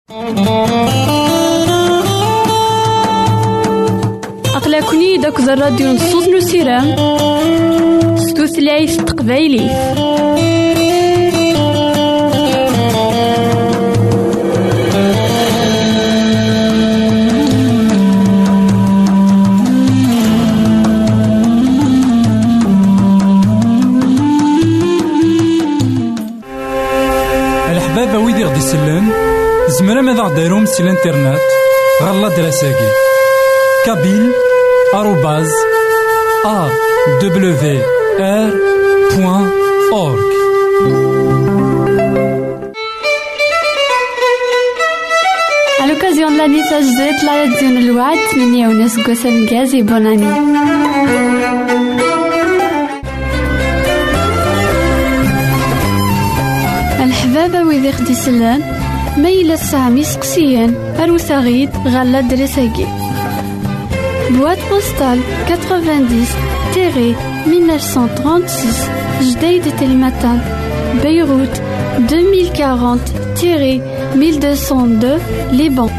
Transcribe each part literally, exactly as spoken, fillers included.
أقلكني داك الراديو نصوص نسيرام ستوثلايف تقبايلي. الحبابة ويدي غدي يسلن زمرا ماذا غديرهم سي الانترنت غالا دراساكي كابيل آروباز أ دبليو آر بوان أورك. À l'occasion de l'année Sajdet, la radio الوعد ثمانية ونص قسم جازي بوناني. الحبابة ويدي خدي سلان ميلة سامي سقسيان أروساغيد غالا درساكي boîte postale quatre-vingt-dix mille neuf cent trente-six Jdeï de Télématin Beyrouth deux mille quarante mille deux cent deux Liban.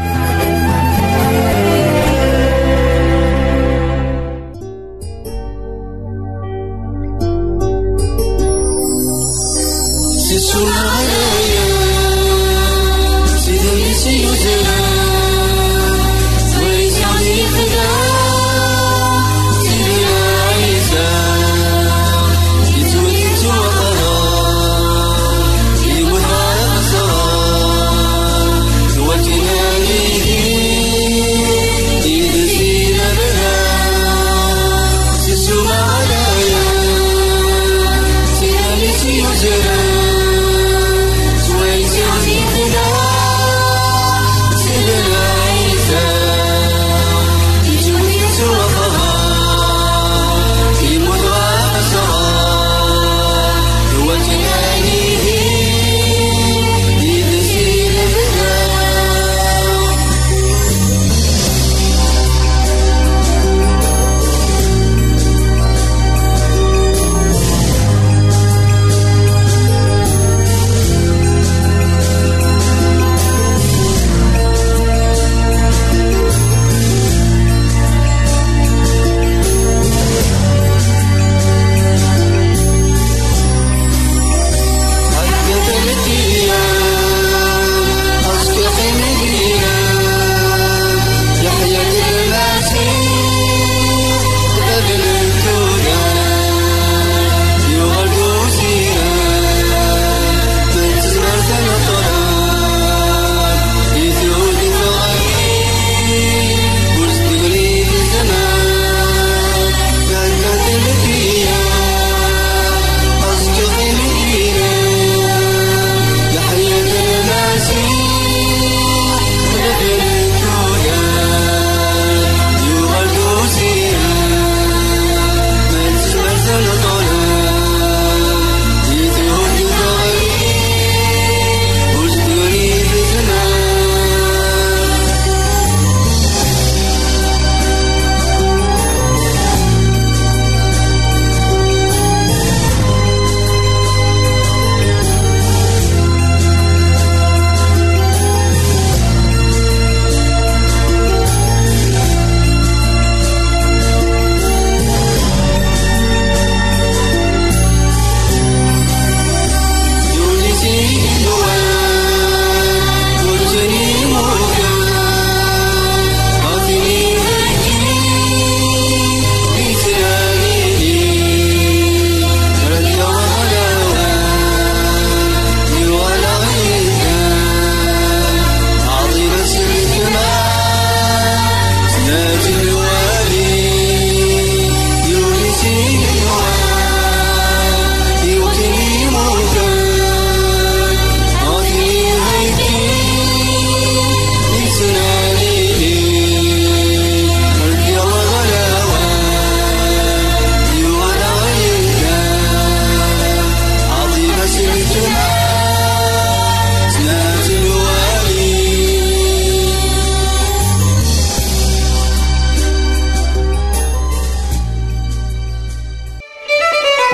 What can I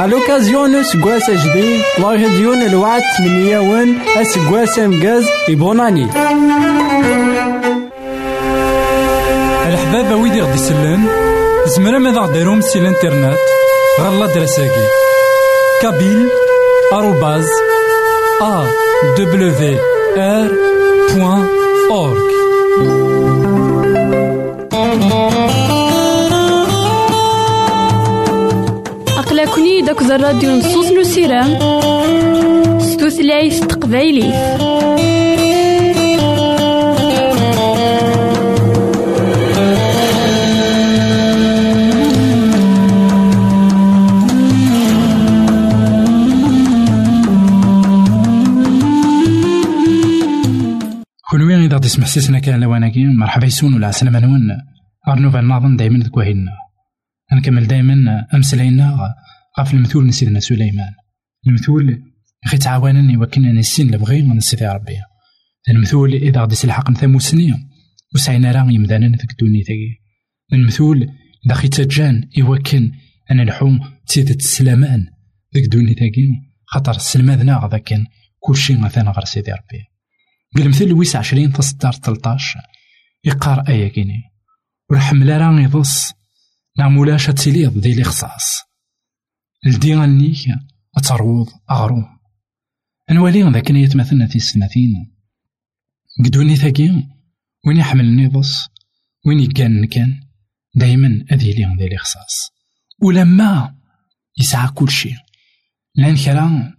الوكازيون سكواس جديد لا راديون الوعد ثمانية ون اسكواس امكاز يبوناني الحبابة ويدي غدي يسلن زمرا ماذا غديرهم سي الانترنت غالا دراساكي كابيل آروباز ا دبليو ار بوان اورك. أقلكني داك الراديو نصوص نسيرام ستوثلايف تقبايلي. كونوين إذا تسمح سيسنا كان لواناكي مرحبا يسون ولا عسلامة نون أرنوفا ناظن دايما ذكوهينا نكمل دايما أمسلينا غاف المثول نسيدنا سليمان. المثول خي تعاونني وكنا نسين لبغي ونسيدي ربي. المثول إذا غدي سلحق نثامو سنين وسعينا راه يمدانا ذاك الدنيا تاعي. المثول إذا خي تجان يوكن أنا الحوم تسيدة السلامان ذاك الدنيا تاعي خاطر السلماذنا غدا كان كلشي مثلا غير سيدي ربي. بالمثل لويس عشرين تصدر تلطاش يقار آية كيني ورحملا راه يضص نعمولاش تسيليض دي الإخصاص الدين النيك أتروض أغروم أنوالي ذاك يتمثلنا في السنتين قدوني ثاقين وين يحملني ضص وين يكان كان دايما أذي لي دي الإخصاص ولما يسعى كل شيء لأن كلام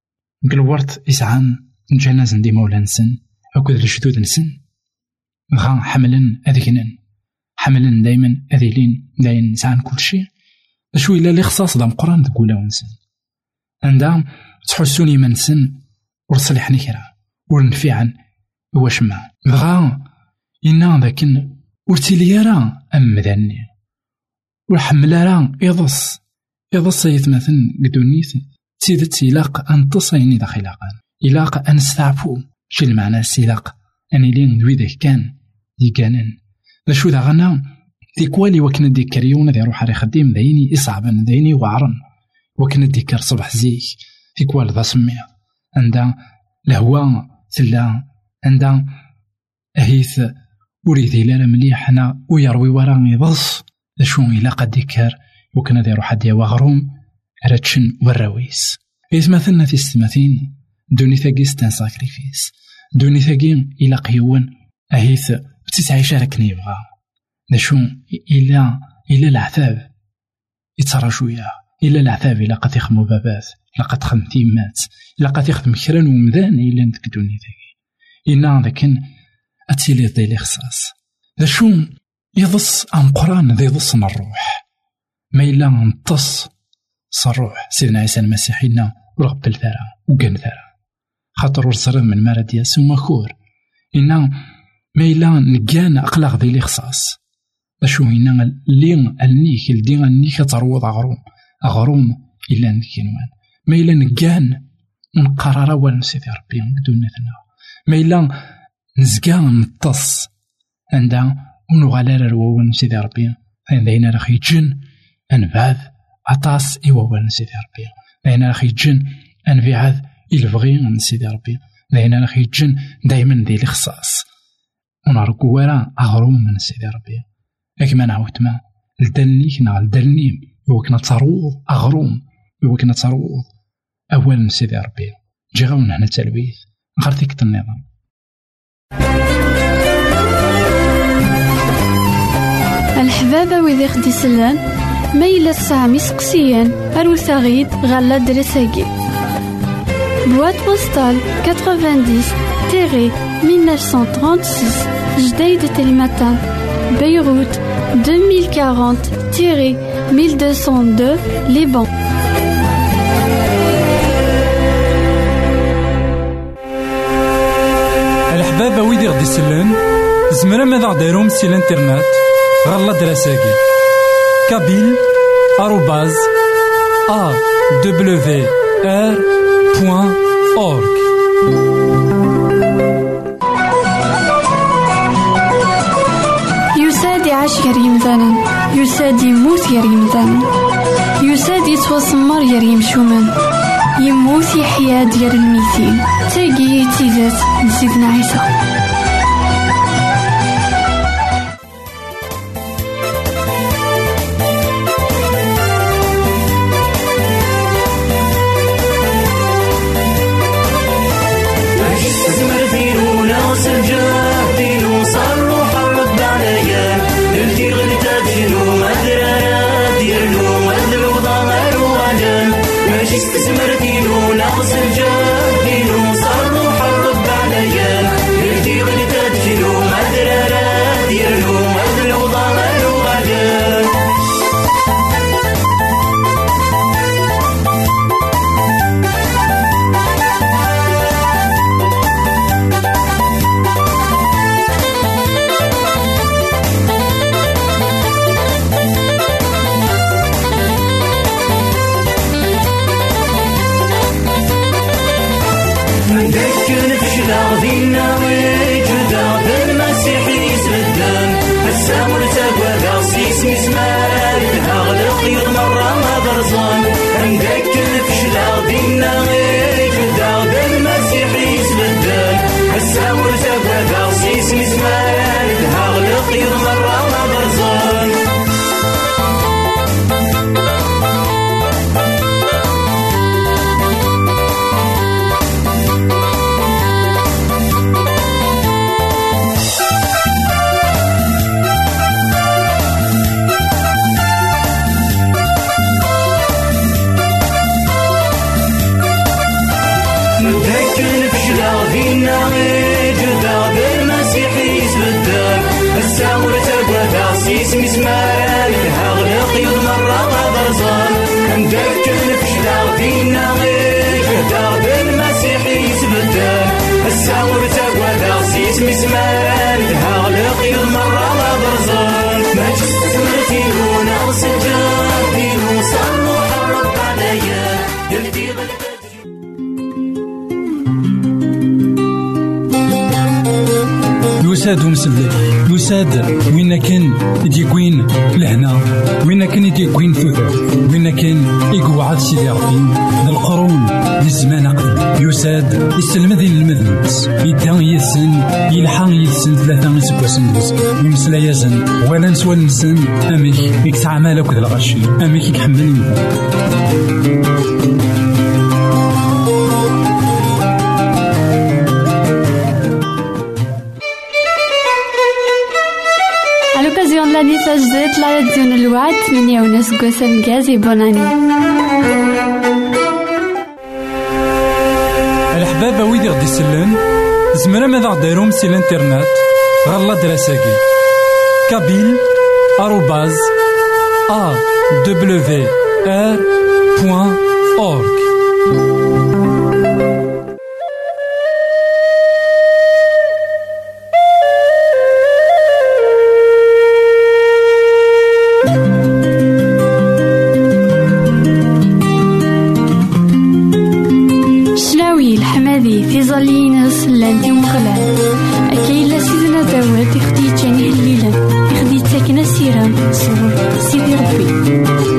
قلورت يسعان نجناز ندي مولا نسن أكد الشدود نسن غا حملا أذكنن حملا دايما أذيلين داين نسعان كل شيء أشو إلا الإخصاص دام قران تقولا ونسن عندها تحسوني من سن ورصلح نكرا ورنفعا واش ما غا إنا ذاكن ورتيلي راه أم ذاني ورحملا راه يضص يضص يتمثل قدونيث تيدت إلاق أن تصيني داخلاقا إلاق أن استعفو شي المعنى السيلاق أني لين دويده كان يكانن ذا شو ذا غنا ديكوالي وكنا ديكريون ذي روح خديم ذيني إصعبا ذيني وعرن وكنا ديكر صبح زيك ديكوال ذا سميع عندها لهوا ثلا عندها أهيث وريثي لالا مليحنا ويروي وراني ضص ذا شو إلاق ديكر وكنا ذي روح ديا وغروم راتشن والرويس إذ مثلنا في السماثين دوني ثاقي ستان ساكريفيس دوني ثاقي إلا قيوان أهيث بتسعي شاركني يبغى دا شو إلا إلا العذاب يترى شوية إلا العذاب إلا قد يخمو بابات إلا قد خم ثيمات إلا قد يخدم خيران ومذان إلا ندك دوني ثاقي إلا ذاكن أتسيلي ذي الإخصاص دا شو يضص أم قران ذي ضصنا الروح ما إلا نطص صروح سيدنا عيسى المسيح لنا ورغب الثرى وقن ثرى خاطر ورصرد من مرض ياسو مخور إنا ما إلا نقانا أقلاق ذي الإخصاص أشو إنا اللي النيك الدين النيك تروض أغروم أغروم إلا نكينوان ما إلا نقان نقرر أول سيدي ربي بدون نثنا ما إلا نزقان نتص عندها ونغالر الوون سيدي ربي فإن ذينا رخي جن أنباذ عطاس إيوان سيدي ربي ذينا رخي جن أنبعاذ إلفغي من سيدي ربي ذينا رخي جن دايما ذي الإخصاص ونرقو وراء أغروم من سيدي ربي أكما نعوت ما لدلنيك نا لدلنيم يوكنا تروض أغروم يوكنا تروض أول من سيدي ربي جيغاونا هنا تلبيث نخرتيك النظام الحبابة وذي خدي سلان ميلا السامي سقسيان أروساغيد غالا درساقي boîte postale quatre-vingt-dix mille neuf cent trente-six Jdeï de Télématin Beyrouth deux mille quarante mille deux cent deux Liban. الحبابة ويدي غدي يسلن زمرا ماذا غديرهم سي الانترنت غالا دراساكي كابيل آروباز أ دبليو آر بوان أورك. يساد عاش غير يمثالا يساد يموت غير يمثالا يساد يتوسمر ير يمشومن يموت يحيا ديال الميتين تاقي تيزات نسيدنا عيسى. يساد ومسلك يساد وين كان يديكوين لهنا وين كان يديكوين ثوثر وين كان يقعد سيدي ربي للقرون للزمان قبل يساد يسلم ذي المذنبس يدان يسن يلحق يسن ثلاثة يسكوسن يمسلا يزن ولا نسوى نسن أميك يكتعمل وكذا الغشي أميك يحملني لاني سجدت لا يدون الوعد من يونس قسم جازي بوناني. الحبابة ويدي غدي سلن زمرا ماذا غديرهم سي الانترنت غالا دراساكي كابيل آروباز أ دبليو آر بوان أورك. في ظلينس لانتي مغلال أكيلا سيدنا داود يخدي تاني الليلة يخدي تاكنا سيران صور سيدي ربي.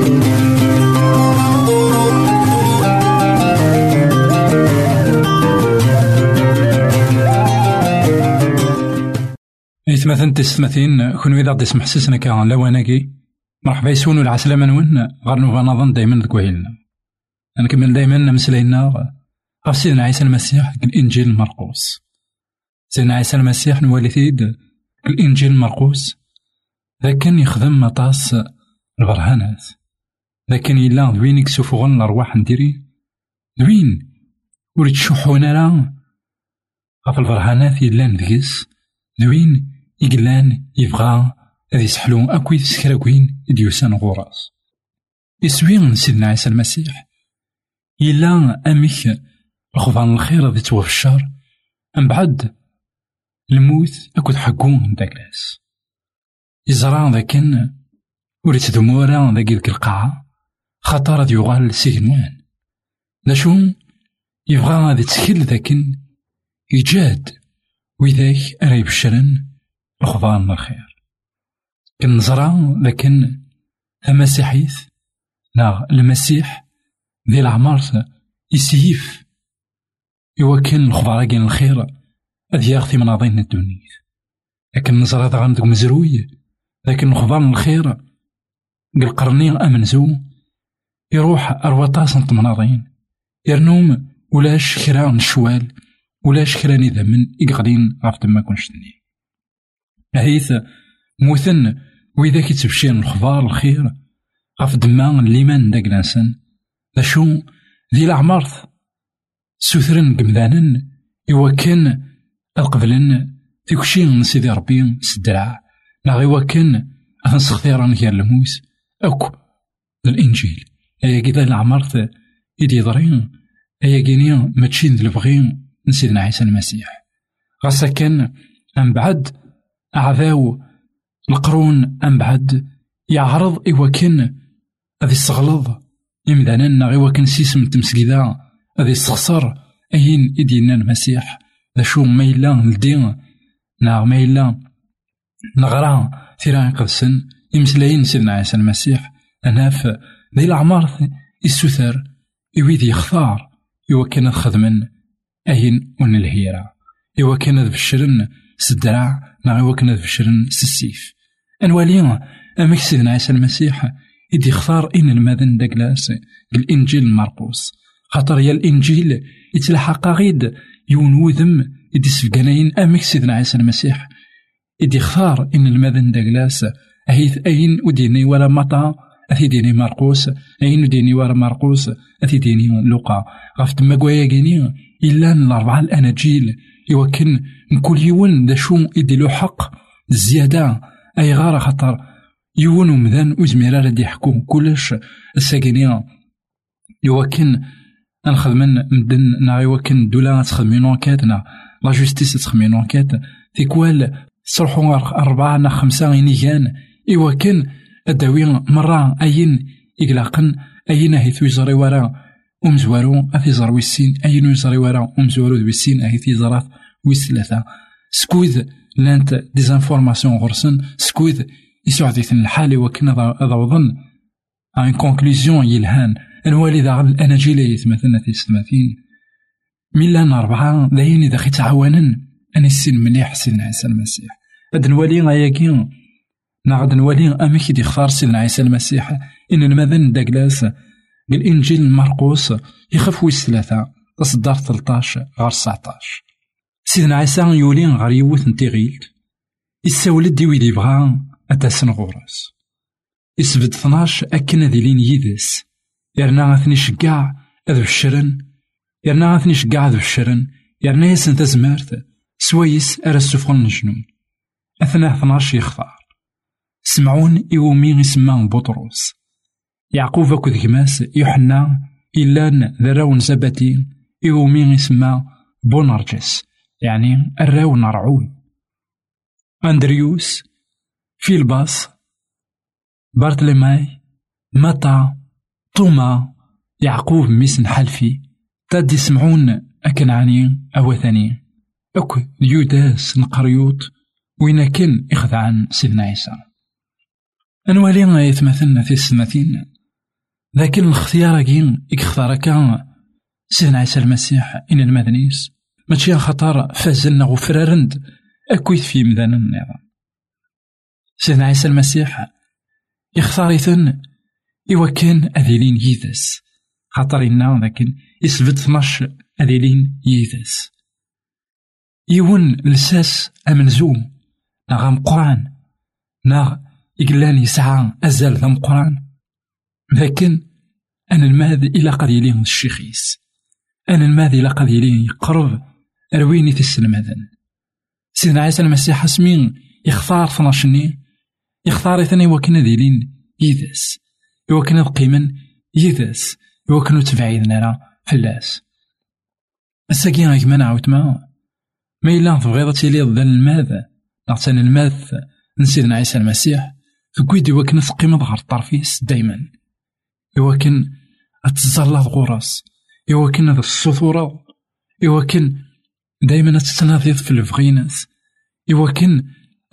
إثمثن تستمثين كون إذا غدي يسمح سيسنا كان لواناكي مرحبا يسونو العسلامة نون غير نوفا نظن دايما ذكوهيلنا نكمل دايما مسلاينا غير سيدنا عيسى المسيح الإنجيل مرقوس. سيدنا عيسى المسيح نوالثيد الإنجيل مرقوس ذا كان يخدم مطاس البرهانات ذا كان يلا دوين يكسوفوغن الأرواح نديري دوين وريد شوحونا لا غف البرهانات يلان دقيس دوين يقلان يبغى هذي يسحلون أكوي سكراكوين ديوسان غوراس يسوين سيدنا عيسى المسيح يلا أميك الخضان الخير ذي توفى الشر من بعد الموت أكد حقون داكلاس يزرع ذاكن وريت ذمورا ذاك القاعة خطر ذي يغال سينوان لاشو يبغى غادي تسكيل ذاكن يجاد وذاك أريب الشرن الخضان الخير كنزرع لكن مسيحيث نا المسيح ذي العمر يسيف يوكل الخضرة كين الخير أذ يغثي من عظيم الدنيا، لكن نزرى ذا غندق مزروي، لكن الخضر الخير قل قرني أمنزو يروح أرواطاس نطمناضين يرنوم ولاش كرا نشوال ولاش كرا نذا من إقغلين غاف ما كونش تنين هيث موثن وإذا كتبشير الخضار الخير غاف دما الليمان داك لانسان ذا شو ذي العمارث سوثرن قمذانن يوكن القبلن تيكشي نسيدي ربي سدرع ناغي وكن أنسختيران كير الموس أكو الإنجيل أيا كذا العمارث يدي ضرين أيا كينيا ماتشين ذي البغين نسيدنا عيسى المسيح غاسا كان أم بعد أعذاو القرون أم بعد يعرض إوكن هذي الصغلظ يمداننا غي وكن سيسم تمسكيدا هذي الصخصر أين إدينا المسيح ذا شو ميلا لدين نا ميلا نغرا ثيران قدسن يمسلاين سيدنا عيسى المسيح أنا في ذي الأعمار السثر يويدي يختار يوكن الخدمن أين ون الهيرة يوكن البشرن سدراع نا يوكن البشرن سسيف أنواليا أمك سيدنا عيسى المسيح يدي يختار إن المذن داكلاس الإنجيل مرقوس خاطر يا الإنجيل يتلحق غيد يون وذم يدي سفقانين أمك سيدنا عيسى المسيح يدي يختار إن المذن داكلاس أهيث أين وديني ولا مطا أثي ديني مرقوس أين وديني ولا مرقوس أثي ديني لوقا غفت مقويا كيني إلا الأربعة الأناجيل يوكن نكل يون دا شو يدي له حق الزيادة أي غارة خطر يون ومذان وزميرا ردي يحكم كلش الساكنية يوكن نخدمن مدن نا يوكن دولا تخدمين انكاتنا لا جوستيس تخدمين انكات تيكوال صرحو أربعة نا خمسة غينيكان يوكن الداوين مرة أين إقلاقن أين هيث يزري ورا ومزوارو أثي زر ويسين أين يزري ورا ومزوارو ويسين أهيث يزرات ويس ثلاثة سكوذ لانت ديزانفورماسيون غرسن سكوذ يسعديثن الحالي وكن هذا وظن ان كونكلوزيون يلهان الوالد على الاناجيل يتمثلنا في الثلاثين ميلان أربعة ذاين إذا خي تعاونن أن السن مليح سيدنا عيسى المسيح هاد الولي غاياكين ناغد الولي أمك يدي يختار سيدنا عيسى المسيح إن المذن داكلاس بالإنجيل مرقوس يخف ويس ثلاثة تصدر ثلطاش غار تسعطاش سيدنا عيسى يولي غار يوث نتيغيلت يساولد دي ويدي بغا أتاسن غورس يسبد ثناش أكن ذي لين يدس يرنا غاثني شقاع أذو الشرن يرنا غاثني شقاع أذو الشرن يرنا يسن تزمارت سويس أرسفغن الجنون أثناء ثناش يخفار سمعون يومي يسمى بطرس يعقوب أكو ذكماس يوحنا إلان ذراون زباتين يومي يسمى بونرجس يعني الراون رعون أندريوس فيلباس بارتلماي متى توما يعقوب ميسن حلفي تادي سمعون أكنعاني أوثاني أكو يوداس نقريوط وين كان يخذ عن سيدنا عيسى أنوالي يتمثلنا في السنتين لكن الاختيار كين يختار كان سيدنا عيسى المسيح إن المدنيس ماشي خطر فازلنا غفرارند أكويت في مدان النظام سيدنا عيسى المسيح يختار يثن يوكن أذيلين يدس خاطر إنا لكن يسبت ثناش أذيلين يدس يون لساس أمنزوم نغام قران نغ يقلان يسعى أزال ذم قران لكن أنا الماذ إلى قليلين الشيخيس أنا الماذ إلى قليلين يقرب أرويني في السلمذن سيدنا عيسى المسيح اسمين يختار ثناشني يختار ثاني وكنا ذيلين يدس وكنا قيمن يدس وكنا تبعيدنا راه فلاس الساكين غيك ما نعاود ما ما إلا تبغيض تيلي ضد الماذا نعطان الماذ نسيدنا عيسى المسيح فكويدي وكنا تقيم ظهر الطرفيس دايما يوكن أتزلط غراس يوكن هذا السطورة يوكن دايما تتناضيض في الفغيناس يوكن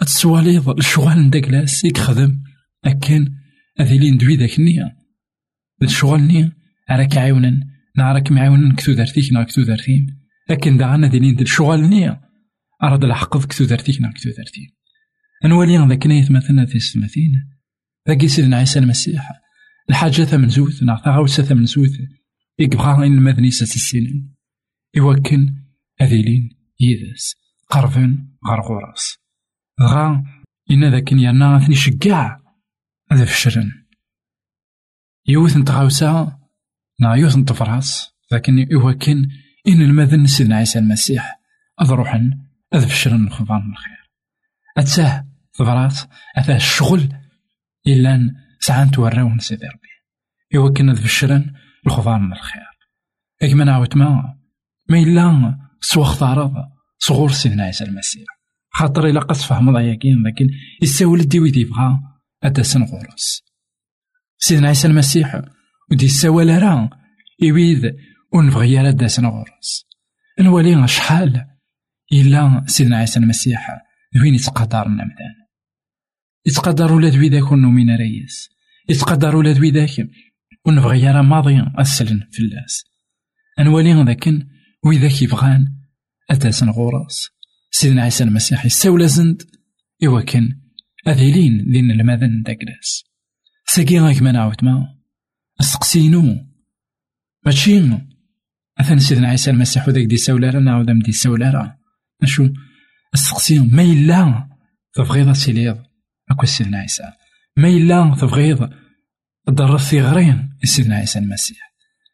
أتسواليض الشغال نداكلاس يكخدم أكن أذيلين دوي ذاك النية الشغلني راك عاونن نعرك معاونن كتو دارتيك نا كتو دارتيم، لكن دعنا دينين ديال الشغلني أراد الحق كتو دارتيك نا كتو دارتيم. أنوالي ذاك نايت مثلا في السماثين ذاك سيدنا عيسى المسيح الحاجة ثمن زوث نا تغاوسة ثمن زوث يقبغا إن المدنيسة السنين يوكن أذيلين يدس قرفن غرغورس غا إن ذاك يانا ثني شقاع هذا في الشرن يوث نتغاوسة نا يوث نتفراس لكن يوكن إن المدن سيدنا عيسى المسيح أضروحن هذا في الشرن الخضان من الخير أتساه ثبرات أتاه الشغل إلا ساعان توراون سيدي ربي يوكن هذا في الشرن الخضان من الخير أكما نعاود ما ما إلا سوا اختارض صغور سيدنا عيسى المسيح خاطر إلا قد فهم ضياكين لكن يساول الدي ويدي يبغى أدا سنغورس سيدنا عيسى المسيح ودي يساول راه يويد ونبغي يا أدا سنغورس الولي شحال إلا سيدنا عيسى المسيح وين يتقدر النمذان يتقدر ولاد ويداك ونومين ريس يتقدر ولاد ويداك ونبغي يرى ماضي أسلن في اللاس أنوالي لكن ويداك يبغان أتاسن غورس سيدنا عيسى المسيح يساولا زند يوكن أذيلين لين الماذن داكلاس ساقي غاك ما نعاود ما أسقسينو ماشي أثن سيدنا عيسى المسيح وداك دي ساولا راه نعاود مدي ساولا راه نشو السقسيون ما إلا تبغيض سيليض أكو سيدنا عيسى ما إلا تبغيض ضرر ثغرين سيدنا عيسى المسيح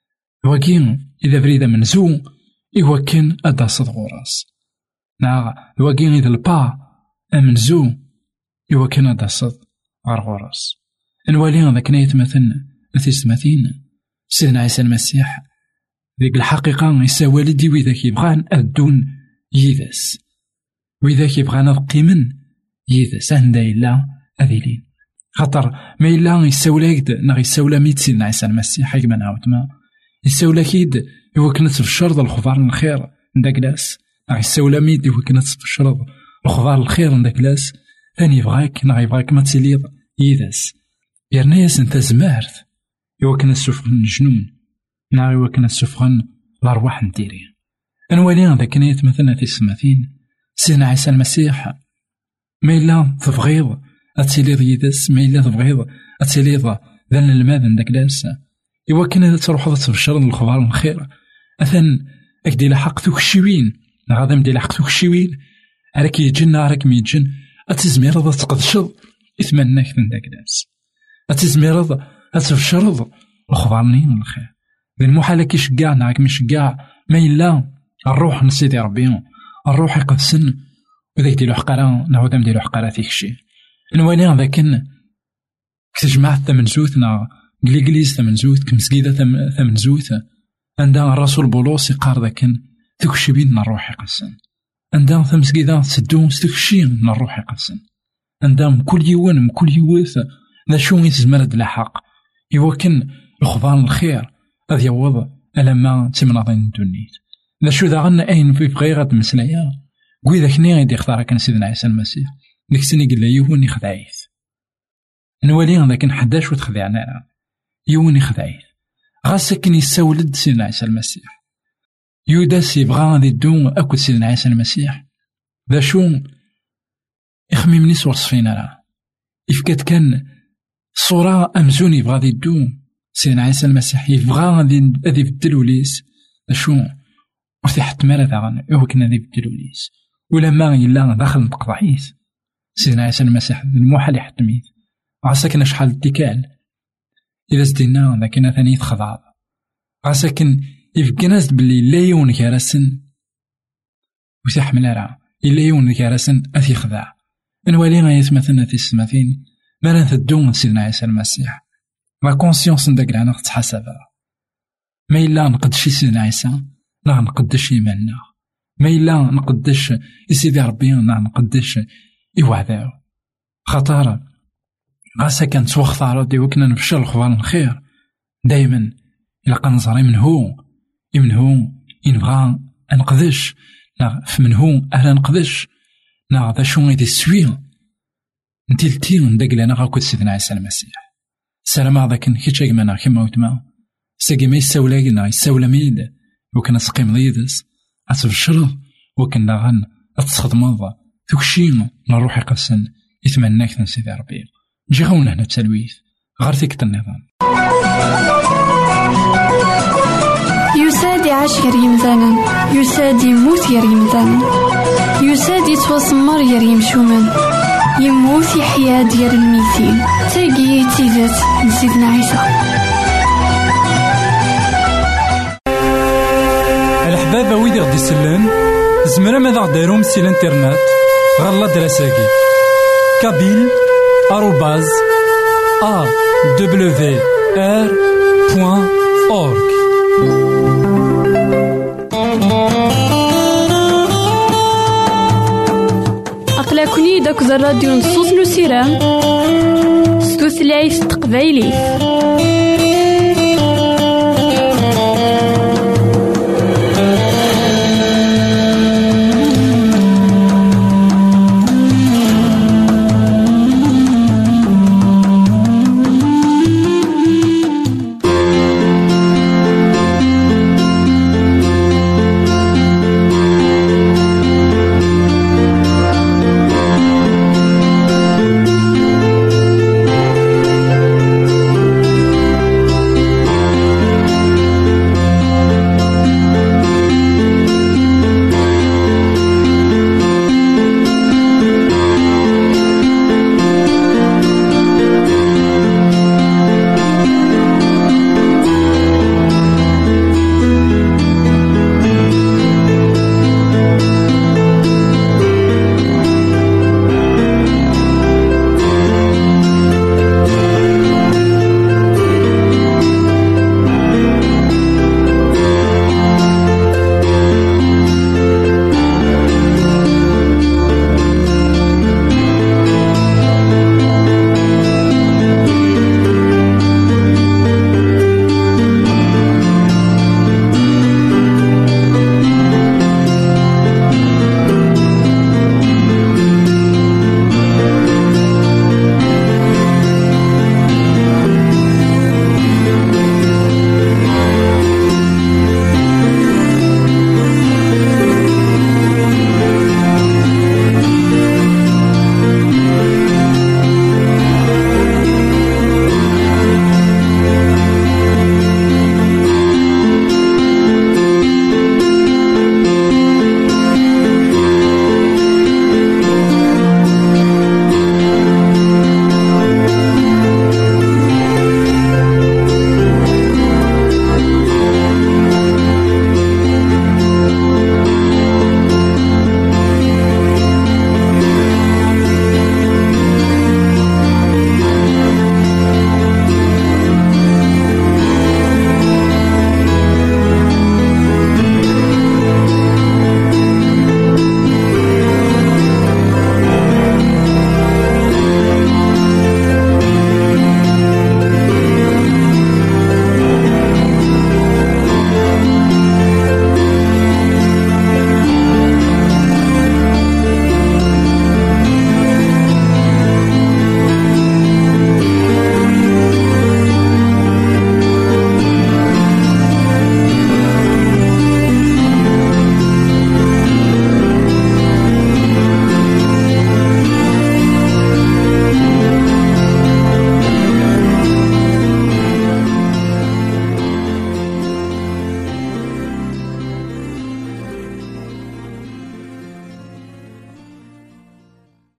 واكين إذا بريد منزو يوكن أدا صدغ راس نا واكين إذا البا منزو يوكن أدا صدغ غرغوراس الوالي ذاك نايت مثلا ثيستماتين سيدنا عيسى المسيح ذيك الحقيقة يساوي والدي وذاك يبغان أدون يدس وإذا يبغانا قيمن يدس هندا إلا أذيلين خاطر ما إلا يساولاكد نا يساولا ميت سيدنا عيسى المسيح حيت ما نعاود ما يساولا كيد يوكنت في الشرط الخضار الخير نداك لاس نا يساولا ميت يوكنت في الشرط الخضار الخير نداك لاس ثاني يبغاك نا يبغاك ما تسيليض يدس يرناس انت زمارت يوكن السفغن الجنون نا يوكن السفغن الأرواح نديرين أنوالي ذاك نيت مثلا في السماثين سيدنا عيسى المسيح ما إلا تبغيض أتسيليض يدس ما إلا تبغيض أتسيليض ذن الماذن داك لاس يوكن تروح تبشر الخبار الخير أثن أكدي لحق ثوك الشوين غادا مدي لحق ثوك الشوين راك يجن راك ميجن أتزمير تقدشض إثمناك ذن داك لاس أتزمير أتبشر الخبارني الخير ذن محالة كيشقاع ناك مشقاع ما إلا الروح نسيدي ربي الروح يقدسن وذا يديرو حقارا نعود نديرو حقارا فيك الشيء نوالي ذاكن كتجمع ثمن زوثنا كليكليز ثمن زوث كمسكيدة ثمن زوث عندها الرسول بولوس يقار ذاكن تكشي بين الروح يقدسن عندها ثمسكيدة تسدو ستكشي من الروح يقدسن عندها مكل يوان مكل يوث ذا شو يتزمرد لحق يوكن الخضار الخير هذا يوض ألما تمناضين الدنيا ذا شو ذا غنى أين في بغيغة مسلايا قوي ذاك ني غيدي يختار كان سيدنا عيسى المسيح ديك السنة قال يهوني خدعيث نوالي ذاك نحداش وتخدعنا يهوني خدعيث غاسكن يساولد سيدنا عيسى المسيح يوداس يبغى غادي يدو أكل سيدنا عيسى المسيح ذا شو يخممني صور صفينا راه إفكات كان صورة أمزون يبغى غادي يدو سيدنا عيسى المسيح يبغى غادي يبدل وليس ذا شو وفي حتى مرة ذا هو كنا ذي بدلو ليس ولا ما إلا داخل نتقضعيث سيدنا عيسى المسيح الموحل يحتميث عساكن شحال التكال إذا زدنا ذاكنا ثاني يتخضع عساكن يفكي ناس بلي لا يون كارسن وثي حمل راه إلا يون كارسن أثي خضع نوالي غايت مثلا في السماثين ما نثدو سيدنا عيسى المسيح ما كونسيونس نداك العنا تحسبها ما إلا نقدشي سيدنا عيسى لا نقدش إيماننا ما إلا نقدش يسيدي ربي لا نقدش إوعداو خطارة غاسا كانت سوختارة دي وكنا نفشل الخبار الخير دايما إلا قنصري من هو من هو ينبغى نقدش من هو أهلا نقدش نا ذا شو غيدي السوية نتيلتي نداك لنا غاكو سيدنا عيسى المسيح سلام هذا كن كي تشيك منا كيما وتما ساقي ما يساولا قلنا يساولا ميد وكنا سقيم ضيدس أتبشر وكنا غن أتصخدمض تكشي نروح يقسن يتمناك تنسيدي ربي نجي غونا هنا تسلويث غير ثيك النظام يساد يعيش غير يمثالا يساد يموت غير يمثالا يساد يتوسمر غير يمشومن يموت يحيا ديال الميتين تاقي تيزات لسيدنا عيسى. الحبابة ويدي غدي يسلن زمرا ماذا غديرهم سي الانترنت غالا دراساكي كابيل آروباز أ دبليو آر بوان أورك. أقلكني داك الراديو نصوص نسيران ستوثلايف تقبايلي.